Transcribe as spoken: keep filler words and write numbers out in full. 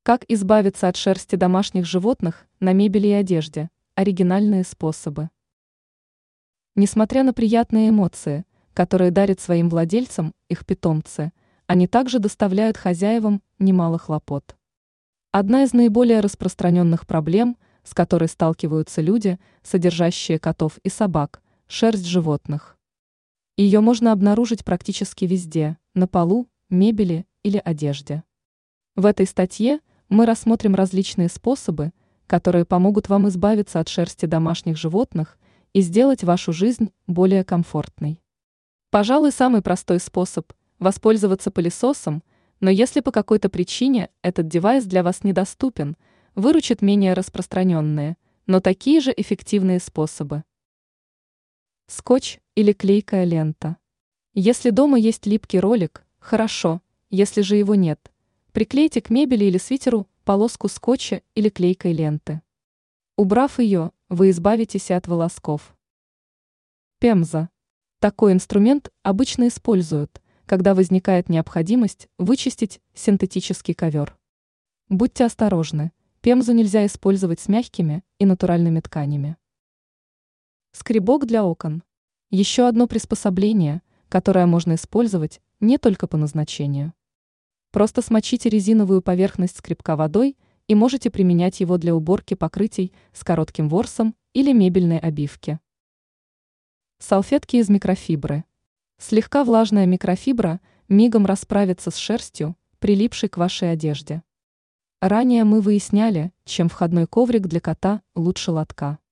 Как избавиться от шерсти домашних животных на мебели и одежде? Оригинальные способы. Несмотря на приятные эмоции, которые дарят своим владельцам их питомцы, они также доставляют хозяевам немало хлопот. Одна из наиболее распространенных проблем, с которой сталкиваются люди, содержащие котов и собак – шерсть животных. Ее можно обнаружить практически везде – на полу, мебели или одежде. В этой статье мы рассмотрим различные способы, которые помогут вам избавиться от шерсти домашних животных и сделать вашу жизнь более комфортной. Пожалуй, самый простой способ – воспользоваться пылесосом, но если по какой-то причине этот девайс для вас недоступен, выручит менее распространенные, но такие же эффективные способы. Скотч или клейкая лента. Если дома есть липкий ролик, хорошо, если же его нет, приклейте к мебели или свитеру полоску скотча или клейкой ленты. Убрав ее, вы избавитесь и от волосков. Пемза. Такой инструмент обычно используют, когда возникает необходимость вычистить синтетический ковер. Будьте осторожны, пемзу нельзя использовать с мягкими и натуральными тканями. Скребок для окон. Еще одно приспособление, которое можно использовать не только по назначению. Просто смочите резиновую поверхность скребка водой и можете применять его для уборки покрытий с коротким ворсом или мебельной обивки. Салфетки из микрофибры. Слегка влажная микрофибра мигом расправится с шерстью, прилипшей к вашей одежде. Ранее мы выясняли, чем входной коврик для кота лучше лотка.